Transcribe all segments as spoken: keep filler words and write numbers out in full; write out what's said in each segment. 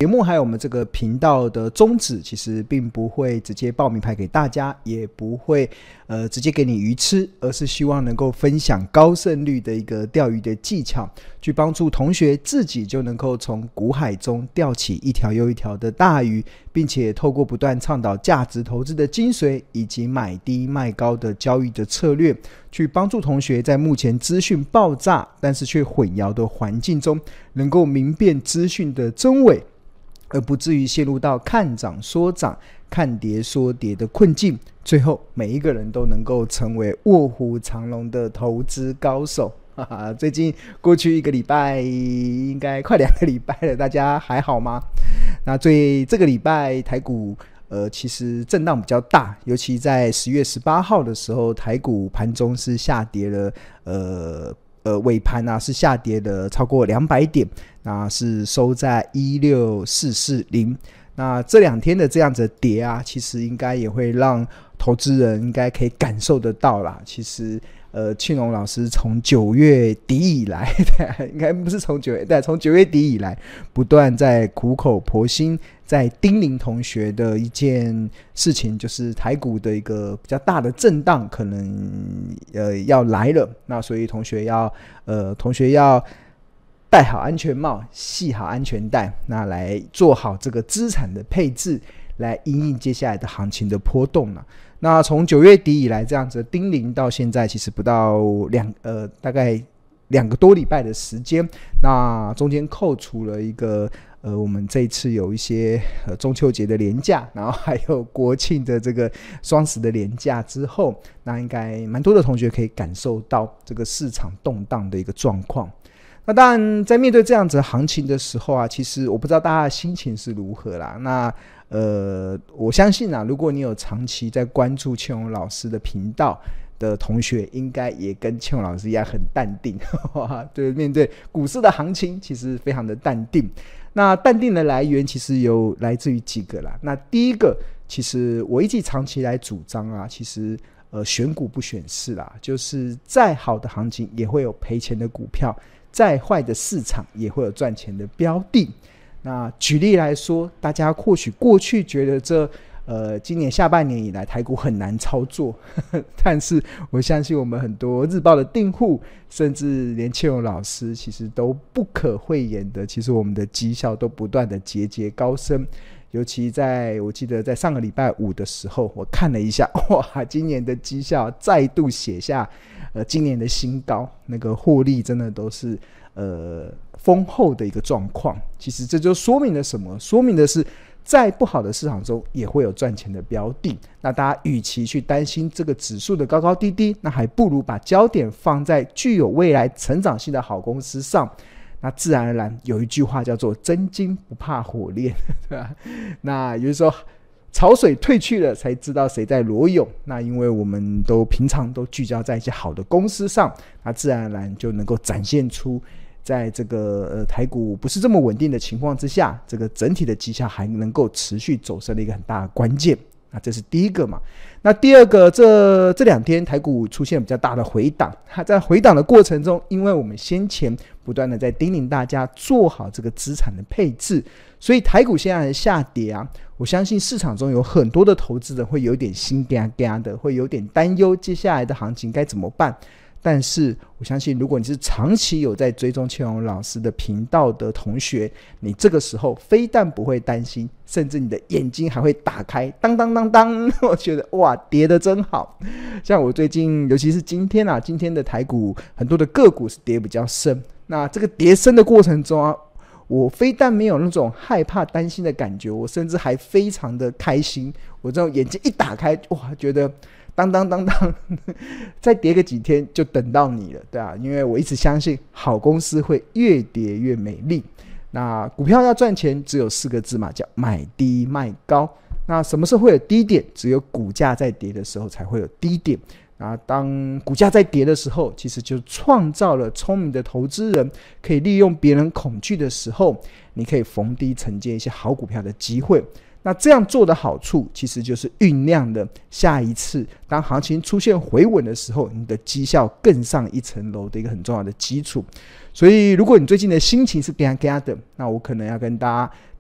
节目还有我们这个频道的宗旨，其实并不会直接报名牌给大家，也不会呃直接给你鱼吃，而是希望能够分享高胜率的一个钓鱼的技巧，去帮助同学自己就能够从股海中钓起一条又一条的大鱼，并且透过不断倡导价值投资的精髓，以及买低卖高的交易的策略，去帮助同学在目前资讯爆炸但是却混淆的环境中，能够明辨资讯的真伪，而不至于陷入到看涨说涨看跌说跌的困境，最后每一个人都能够成为卧虎藏龙的投资高手。最近过去一个礼拜，应该快两个礼拜了，大家还好吗？那最这个礼拜台股呃，其实震荡比较大，尤其在十月十八号的时候，台股盘中是下跌了呃呃，尾盘啊是下跌了超过两百点，那是收在一六四四零。那这两天的这样子的跌啊，其实应该也会让投资人应该可以感受得到啦。其实呃，庆荣老师从九月底以来，对，应该不是从九月，对，从九月底以来，不断在苦口婆心在叮咛同学的一件事情，就是台股的一个比较大的震荡可能呃要来了。那所以同学要呃同学要戴好安全帽，系好安全带，那来做好这个资产的配置，来因应接下来的行情的波动了。那从九月底以来这样子的叮咛到现在，其实不到两呃大概两个多礼拜的时间，那中间扣除了一个呃我们这一次有一些呃中秋节的连假，然后还有国庆的这个双十的连假之后，那应该蛮多的同学可以感受到这个市场动荡的一个状况。那当然在面对这样子的行情的时候啊，其实我不知道大家的心情是如何啦。那呃，我相信啊，如果你有长期在关注庆荣老师的频道的同学，应该也跟庆荣老师一样很淡定对，面对股市的行情其实非常的淡定。那淡定的来源其实有来自于几个啦。那第一个，其实我一直长期来主张啊，其实呃选股不选市啦，就是再好的行情也会有赔钱的股票，再坏的市场也会有赚钱的标的。那举例来说，大家或许过去觉得这呃今年下半年以来台股很难操作，呵呵，但是我相信我们很多日报的订户，甚至连庆荣老师其实都不可讳言的，其实我们的绩效都不断的节节高升。尤其在我记得在上个礼拜五的时候，我看了一下，哇，今年的绩效再度写下呃今年的新高，那个获利真的都是呃丰厚的一个状况。其实这就说明了什么？说明的是在不好的市场中也会有赚钱的标的。那大家与其去担心这个指数的高高低低，那还不如把焦点放在具有未来成长性的好公司上。那自然而然有一句话叫做真金不怕火炼，对吧？那有的时候潮水退去了才知道谁在裸泳，那因为我们都平常都聚焦在一些好的公司上，那自然而然就能够展现出在这个呃台股不是这么稳定的情况之下，这个整体的绩效还能够持续走升的一个很大的关键。那这是第一个嘛。那第二个，这这两天台股出现比较大的回档，它在回档的过程中，因为我们先前不断的在叮咛大家做好这个资产的配置，所以台股现在的下跌啊，我相信市场中有很多的投资人会有点心嘎嘎的，会有点担忧接下来的行情该怎么办。但是我相信如果你是长期有在追踪庆荣老师的频道的同学，你这个时候非但不会担心，甚至你的眼睛还会打开，当当当当，我觉得哇，跌得真好。像我最近尤其是今天啊，今天的台股很多的个股是跌比较深，那这个跌深的过程中啊，我非但没有那种害怕担心的感觉，我甚至还非常的开心。我这种眼睛一打开，哇，觉得当当当当再跌个几天就等到你了，对啊，因为我一直相信好公司会越跌越美丽。那股票要赚钱只有四个字嘛，叫买低卖高。那什么时候会有低点？只有股价在跌的时候才会有低点。那当股价在跌的时候，其实就创造了聪明的投资人可以利用别人恐惧的时候，你可以逢低承接一些好股票的机会。那这样做的好处其实就是酝酿了下一次当行情出现回稳的时候，你的绩效更上一层楼的一个很重要的基础。所以如果你最近的心情是嘎嘎的，那我可能要跟大家跟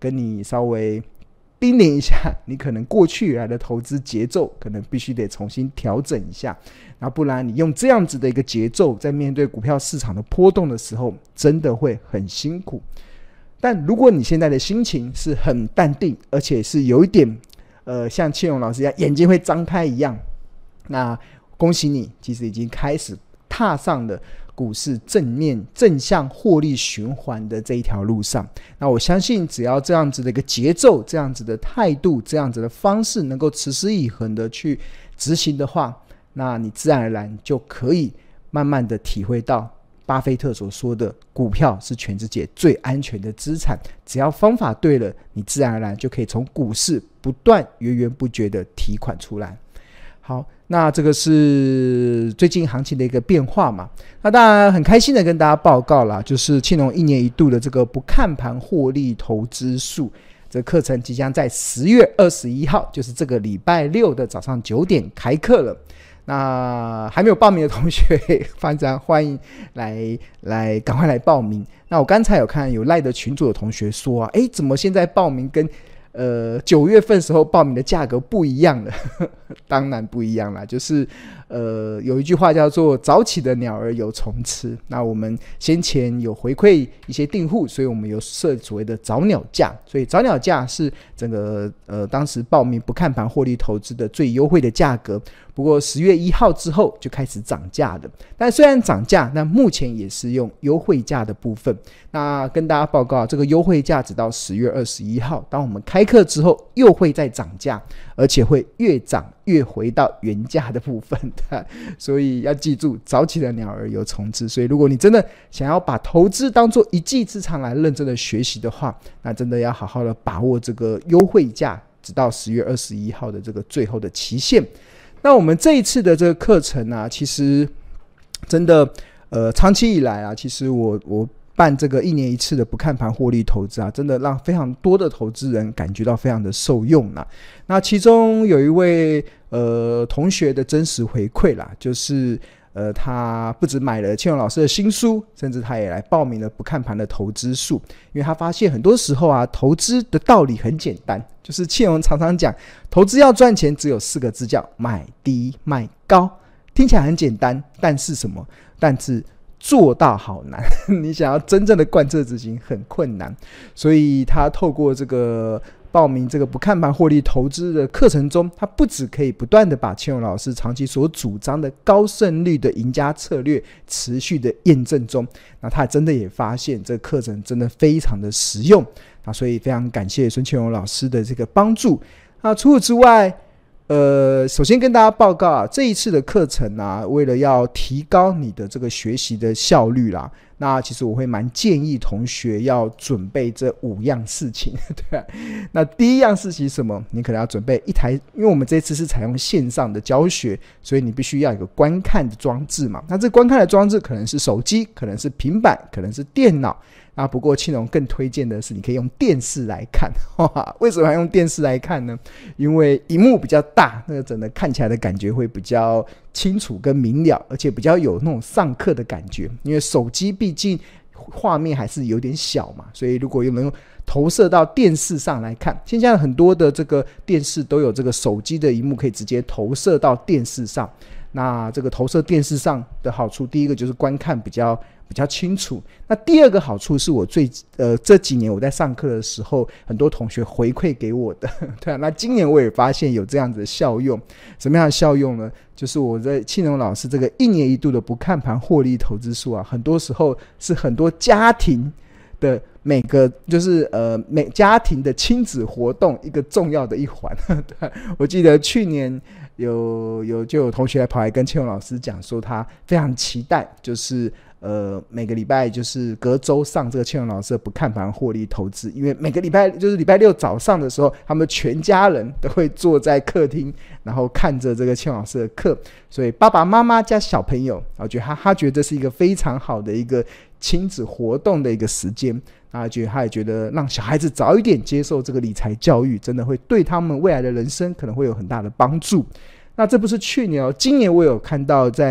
跟你稍微叮咛一下，你可能过去以来的投资节奏可能必须得重新调整一下，那不然你用这样子的一个节奏在面对股票市场的波动的时候，真的会很辛苦。但如果你现在的心情是很淡定，而且是有一点呃像庆荣老师一样眼睛会张开一样，那恭喜你，其实已经开始踏上了股市正面正向获利循环的这一条路上。那我相信只要这样子的一个节奏，这样子的态度，这样子的方式能够持之以恒的去执行的话，那你自然而然就可以慢慢的体会到巴菲特所说的股票是全世界最安全的资产，只要方法对了，你自然而然就可以从股市不断源源不绝的提款出来。好，那这个是最近行情的一个变化嘛。那当然很开心的跟大家报告啦，就是庆隆一年一度的这个不看盘获利投资术这个课程即将在十月二十一号，就是这个礼拜六的早上九点开课了。那还没有报名的同学非常欢迎来来赶快来报名。那我刚才有看有赖的群组的同学说啊，诶怎么现在报名跟呃九月份时候报名的价格不一样了当然不一样啦，就是呃有一句话叫做早起的鸟儿有虫吃。那我们先前有回馈一些订户，所以我们有设所谓的早鸟价，所以早鸟价是整个呃当时报名不看盘获利投资的最优惠的价格。不过十月一号之后就开始涨价的，但虽然涨价，那目前也是用优惠价的部分。那跟大家报告，这个优惠价直到十月二十一号，当我们开课之后又会再涨价，而且会越涨越回到原价的部分的。所以要记住，早起的鸟儿有虫吃。所以如果你真的想要把投资当作一技之长来认真的学习的话，那真的要好好的把握这个优惠价，直到十月二十一号的这个最后的期限。那我们这一次的这个课程啊，其实真的呃，长期以来啊，其实我我办这个一年一次的不看盘获利投资啊，真的让非常多的投资人感觉到非常的受用啦。那其中有一位呃同学的真实回馈啦，就是呃他不只买了庆荣老师的新书，甚至他也来报名了不看盘的投资术，因为他发现很多时候啊，投资的道理很简单，就是庆荣常常讲，投资要赚钱只有四个字，叫买低卖高。听起来很简单，但是什么？但是做到好难你想要真正的贯彻执行很困难。所以他透过这个报名这个不看盘获利投资的课程中，他不只可以不断的把庆荣老师长期所主张的高胜率的赢家策略持续的验证中，那他真的也发现这个课程真的非常的实用。那所以非常感谢孙庆荣老师的这个帮助。那除此之外，呃，首先跟大家报告啊，这一次的课程啊，为了要提高你的这个学习的效率啦，那其实我会蛮建议同学要准备这五样事情，对啊。那第一样事情是什么？你可能要准备一台，因为我们这次是采用线上的教学，所以你必须要有个观看的装置嘛。那这观看的装置可能是手机，可能是平板，可能是电脑。那不过庆荣更推荐的是你可以用电视来看。为什么要用电视来看呢？因为萤幕比较大，那个整个看起来的感觉会比较清楚跟明了，而且比较有那种上课的感觉。因为手机毕竟画面还是有点小嘛，所以如果有能投射到电视上来看，现在很多的这个电视都有这个手机的萤幕可以直接投射到电视上。那这个投射电视上的好处，第一个就是观看比较比较清楚。那第二个好处是我最呃这几年我在上课的时候，很多同学回馈给我的，对啊。那今年我也发现有这样子的效用。什么样的效用呢？就是我在庆荣老师这个一年一度的不看盘获利投资术啊，很多时候是很多家庭的每个就是呃每家庭的亲子活动一个重要的一环。对，我记得去年有有就有同学来跑来跟庆荣老师讲说，他非常期待，就是呃每个礼拜就是隔周上这个庆荣老师的不看盘获利投资，因为每个礼拜就是礼拜六早上的时候，他们全家人都会坐在客厅，然后看着这个庆荣老师的课，所以爸爸妈妈加小朋友，我觉得他他觉得这是一个非常好的一个亲子活动的一个时间。他觉得他也觉得让小孩子早一点接受这个理财教育，真的会对他们未来的人生可能会有很大的帮助。那这不是去年哦，今年我有看到在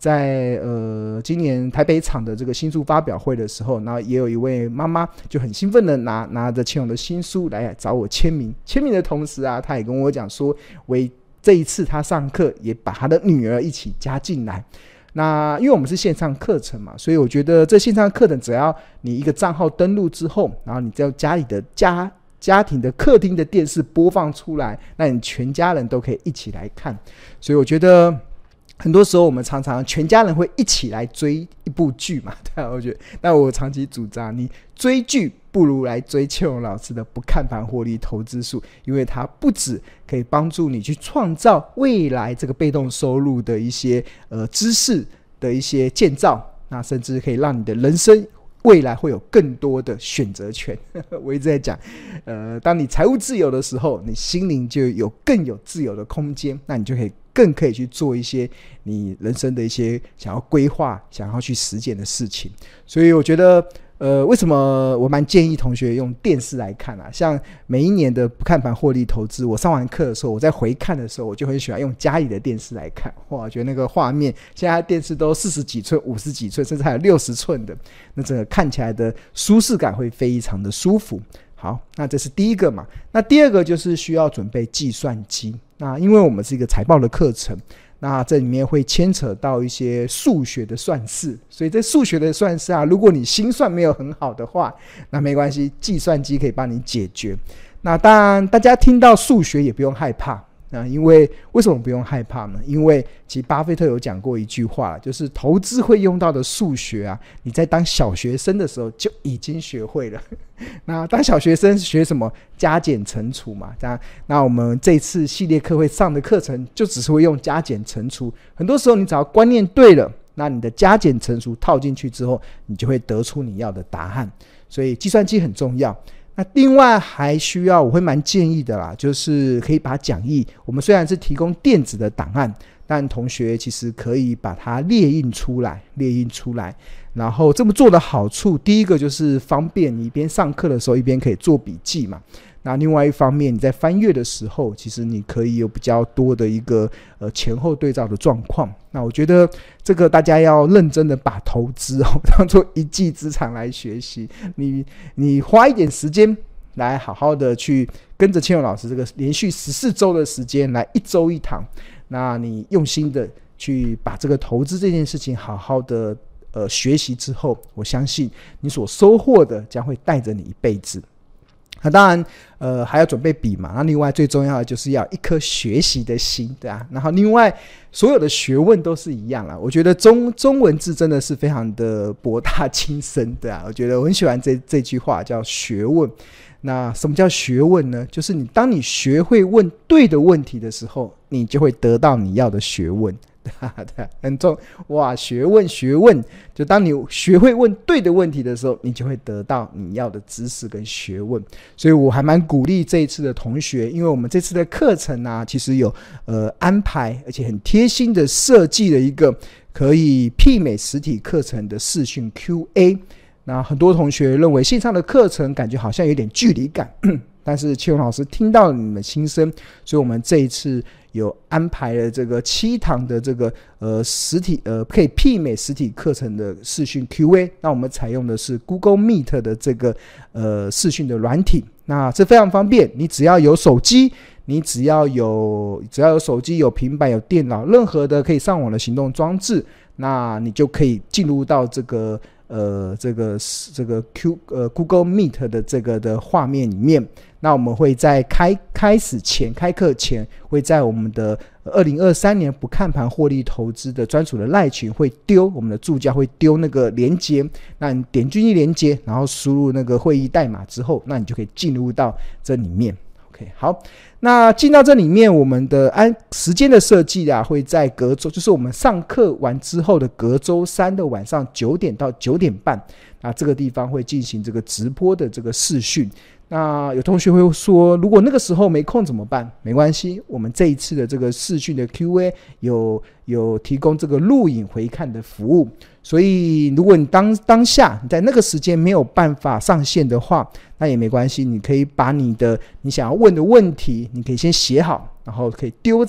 在呃今年台北场的这个新书发表会的时候，然后也有一位妈妈就很兴奋的拿拿着千勇的新书来找我签名。签名的同时啊，他也跟我讲说，为这一次他上课也把他的女儿一起加进来。那因为我们是线上课程嘛，所以我觉得这线上课程只要你一个账号登录之后，然后你在家里的家家庭的客厅的电视播放出来，那你全家人都可以一起来看。所以我觉得很多时候我们常常全家人会一起来追一部剧嘛，对啊，我觉得，但我长期主张，你追剧不如来追邱勇老师的不看盘获利投资术，因为它不只可以帮助你去创造未来这个被动收入的一些呃知识的一些建造，那甚至可以让你的人生未来会有更多的选择权。我一直在讲，呃，当你财务自由的时候，你心灵就有更有自由的空间，那你就可以更可以去做一些你人生的一些想要规划、想要去实践的事情。所以我觉得，呃，为什么我蛮建议同学用电视来看啊？像每一年的不看盘获利投资，我上完课的时候，我在回看的时候，我就很喜欢用家里的电视来看。哇，我觉得那个画面，现在电视都四十几寸、五十几寸，甚至还有六十寸的，那整个看起来的舒适感会非常的舒服。好，那这是第一个嘛。那第二个就是需要准备计算机。那因为我们是一个财报的课程，那这里面会牵扯到一些数学的算式，所以这数学的算式啊，如果你心算没有很好的话，那没关系，计算机可以帮你解决。那当然大家听到数学也不用害怕，那因为为什么不用害怕呢？因为其实巴菲特有讲过一句话，就是投资会用到的数学啊，你在当小学生的时候就已经学会了。那当小学生学什么？加减乘除嘛。那我们这次系列课会上的课程就只是会用加减乘除，很多时候你只要观念对了，那你的加减乘除套进去之后，你就会得出你要的答案。所以计算机很重要。那另外还需要，我会蛮建议的啦，就是可以把讲义，我们虽然是提供电子的档案，但同学其实可以把它列印出来，列印出来。然后这么做的好处，第一个就是方便你一边上课的时候一边可以做笔记嘛。那另外一方面，你在翻阅的时候，其实你可以有比较多的一个呃前后对照的状况。那我觉得这个大家要认真的把投资哦当做一技之长来学习。你你花一点时间来好好的去跟着千勇老师这个连续十四周的时间来一周一堂，那你用心的去把这个投资这件事情好好的呃学习之后，我相信你所收获的将会带着你一辈子。那当然呃还要准备笔嘛，那另外最重要的就是要一颗学习的心，对啊。然后另外所有的学问都是一样啦，我觉得中中文字真的是非常的博大精深，对啊。我觉得我很喜欢这这句话叫学问。那什么叫学问呢？就是你当你学会问对的问题的时候，你就会得到你要的学问。很重哇，学问学问，就当你学会问对的问题的时候，你就会得到你要的知识跟学问。所以我还蛮鼓励这一次的同学，因为我们这次的课程啊，其实有呃安排，而且很贴心的设计了一个可以媲美实体课程的视讯 Q A。那很多同学认为线上的课程感觉好像有点距离感，但是千勇老师听到了你们心声，所以我们这一次有安排了这个七堂的这个呃实体呃可以媲美实体课程的视讯 Q A。那我们采用的是 Google Meet 的这个呃视讯的软体，那这非常方便，你只要有手机，你只要有只要有手机、有平板、有电脑，任何的可以上网的行动装置，那你就可以进入到这个呃这个这个 Q 呃 Google Meet 的这个的画面里面。那我们会在开开始前开课前，会在我们的二零二三年不看盘获利投资的专属的赖群会丢，我们的助教会丢那个连结，那你点进去连结，然后输入那个会议代码之后，那你就可以进入到这里面。OK， 好，那进到这里面，我们的按时间的设计啊，会在隔周，就是我们上课完之后的隔周三的晚上九点到九点半，那这个地方会进行这个直播的这个视讯。那有同学会说，如果那个时候没空怎么办？没关系，我们这一次的这个视讯的 Q A 有有提供这个录影回看的服务，所以如果你当当下你在那个时间没有办法上线的话，那也没关系，你可以把你的你想要问的问题，你可以先写好，然后可以丢在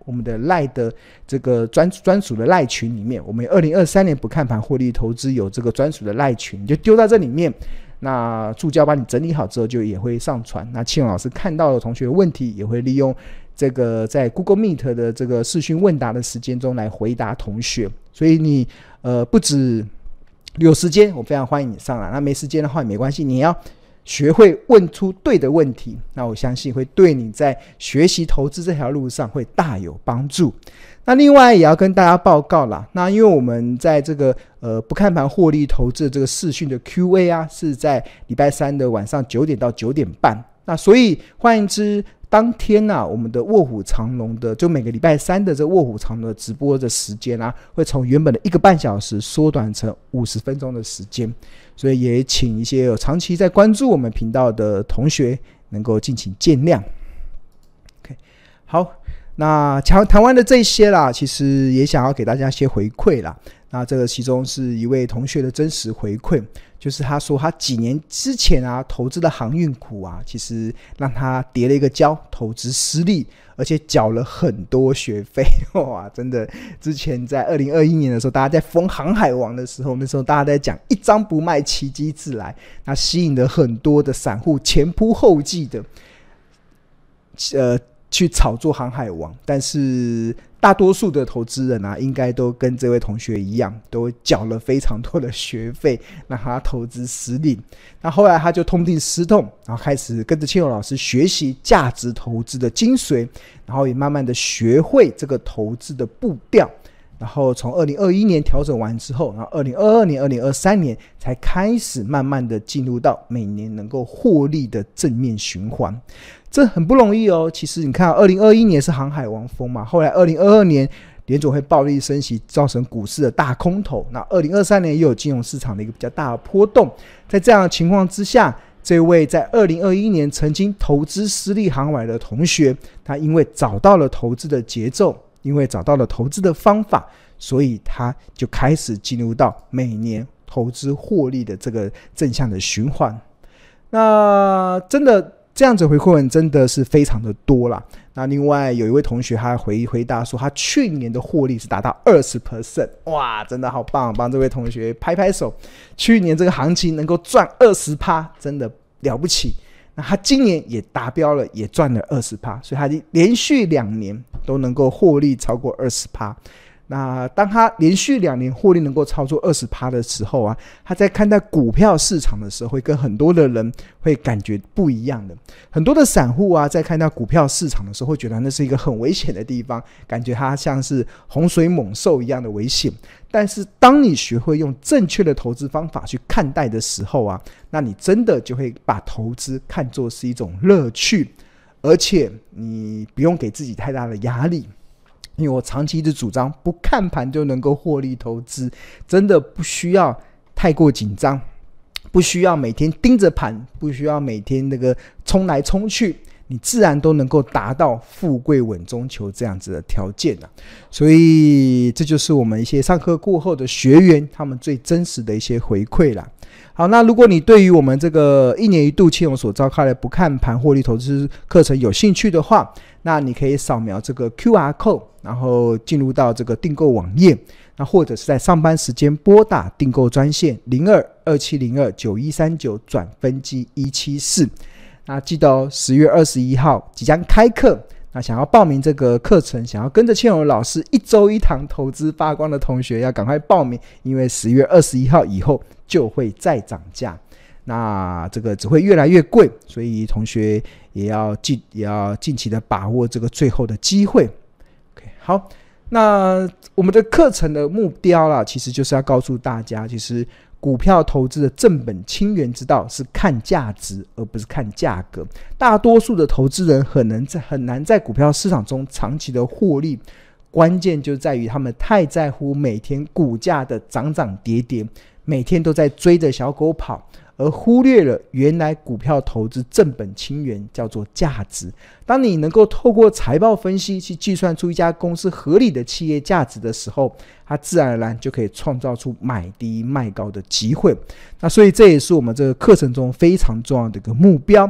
我们的赖的这个专专属的赖群里面，我们二零二三年不看盘获利投资有这个专属的赖群，你就丢到这里面。那助教帮你整理好之后，就也会上传。那庆荣老师看到了同学的问题，也会利用这个在 Google Meet 的这个视讯问答的时间中来回答同学。所以你呃不止有时间，我非常欢迎你上来。那没时间的话也没关系，你要学会问出对的问题，那我相信会对你在学习投资这条路上会大有帮助。那另外也要跟大家报告啦，那因为我们在这个呃不看盘获利投资的这个视讯的 Q A 啊，是在礼拜三的晚上九点到九点半。那所以换言之，当天啊，我们的卧虎藏龙的，就每个礼拜三的这卧虎藏龙的直播的时间啊，会从原本的一个半小时缩短成五十分钟的时间。所以也请一些有长期在关注我们频道的同学能够敬请见谅。OK， 好。那谈完的这些啦，其实也想要给大家一些回馈啦。那这个其中是一位同学的真实回馈，就是他说他几年之前啊投资的航运股啊，其实让他跌了一个跤，投资失利，而且缴了很多学费。哇，真的，之前在二零二一年的时候，大家在封航海王的时候，那时候大家在讲一张不卖，奇迹自来，那吸引了很多的散户前仆后继的，呃。去炒作航海王，但是大多数的投资人啊，应该都跟这位同学一样，都缴了非常多的学费，让他投资失利。那后来他就痛定思痛，然后开始跟着庆荣老师学习价值投资的精髓，然后也慢慢的学会这个投资的步调。然后从二零二一年调整完之后，然后二零二二年、二零二三年才开始慢慢的进入到每年能够获利的正面循环。这很不容易哦。其实你看二零二一年是航海王风嘛，后来二零二二年联总会暴力升息，造成股市的大空头。那二零二三年也有金融市场的一个比较大的波动。在这样的情况之下，这位在二零二一年曾经投资失利航海的同学，他因为找到了投资的节奏，因为找到了投资的方法，所以他就开始进入到每年投资获利的这个正向的循环。那真的这样子回馈文真的是非常的多啦。那另外有一位同学他回回答说，他去年的获利是达到 百分之二十， 哇，真的好棒，帮这位同学拍拍手。去年这个行情能够赚 百分之二十， 真的了不起。那他今年也达标了，也赚了 百分之二十， 所以他连续两年都能够获利超过 百分之二十。那当他连续两年获利能够超出 百分之二十 的时候啊，他在看待股票市场的时候，会跟很多的人会感觉不一样的。很多的散户啊，在看到股票市场的时候，会觉得那是一个很危险的地方，感觉它像是洪水猛兽一样的危险。但是当你学会用正确的投资方法去看待的时候啊，那你真的就会把投资看作是一种乐趣，而且你不用给自己太大的压力。因为我长期一直主张不看盘就能够获利投资，真的不需要太过紧张，不需要每天盯着盘，不需要每天那个冲来冲去，你自然都能够达到富贵稳中求这样子的条件啊。所以这就是我们一些上课过后的学员他们最真实的一些回馈啦。好，那如果你对于我们这个一年一度庆荣所召开的不看盘获利投资课程有兴趣的话，那你可以扫描这个 Q R code， 然后进入到这个订购网页，那或者是在上班时间拨打订购专线零二 二七零二 九一三九转分机一七四。那记得哦，十月二十一号即将开课。那想要报名这个课程，想要跟着庆荣老师一周一堂投资发光的同学，要赶快报名，因为十月二十一号以后就会再涨价，那这个只会越来越贵，所以同学也要近也要近期的把握这个最后的机会。OK， 好，那我们的课程的目标啦，其实就是要告诉大家，其实股票投资的正本清源之道是看价值而不是看价格。大多数的投资人很难在很难在股票市场中长期的获利，关键就在于他们太在乎每天股价的涨涨跌跌，每天都在追着小狗跑，而忽略了原来股票投资正本清源叫做价值。当你能够透过财报分析去计算出一家公司合理的企业价值的时候，它自然而然就可以创造出买低卖高的机会。那所以这也是我们这个课程中非常重要的一个目标。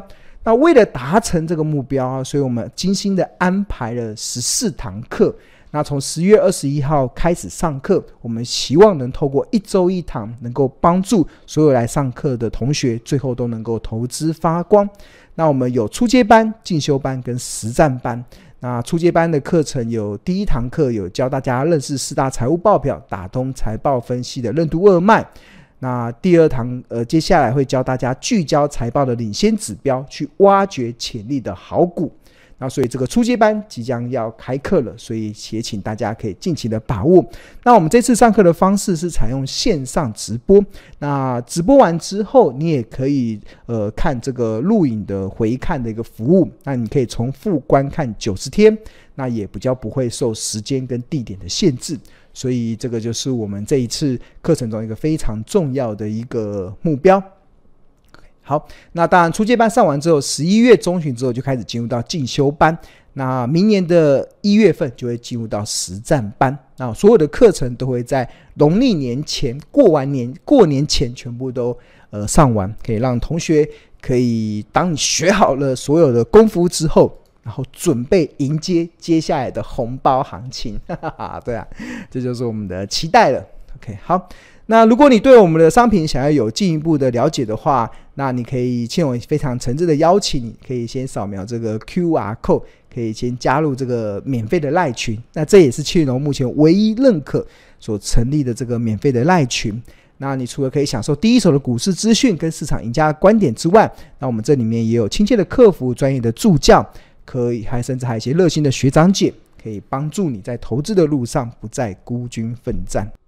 那为了达成这个目标啊，所以我们精心的安排了十四堂课。那从十月二十一号开始上课，我们希望能透过一周一堂，能够帮助所有来上课的同学，最后都能够投资发光。那我们有初阶班、进修班跟实战班。那初阶班的课程有第一堂课有教大家认识四大财务报表，打通财报分析的任督二脉。那第二堂呃，接下来会教大家聚焦财报的领先指标，去挖掘潜力的好股。那所以这个初阶班即将要开课了，所以也请大家可以尽情的把握。那我们这次上课的方式是采用线上直播，那直播完之后你也可以呃看这个录影的回看的一个服务，那你可以重复观看九十天，那也比较不会受时间跟地点的限制。所以这个就是我们这一次课程中一个非常重要的一个目标。好，那当然初阶班上完之后，十一月中旬之后就开始进入到进修班，那明年的一月份就会进入到实战班。那所有的课程都会在农历年前过完年过年前全部都呃上完，可以让同学可以当你学好了所有的功夫之后，然后准备迎接接下来的红包行情。对啊，这就是我们的期待了。 OK， 好，那如果你对我们的商品想要有进一步的了解的话，那你可以欠我非常诚挚的邀请，你可以先扫描这个 Q R code， 可以先加入这个免费的赖群。那这也是企鹅目前唯一认可所成立的这个免费的赖群。那你除了可以享受第一手的股市资讯跟市场赢家的观点之外，那我们这里面也有亲切的客服、专业的助教，可以还甚至还有一些热心的学长姐，可以帮助你在投资的路上不再孤军奋战。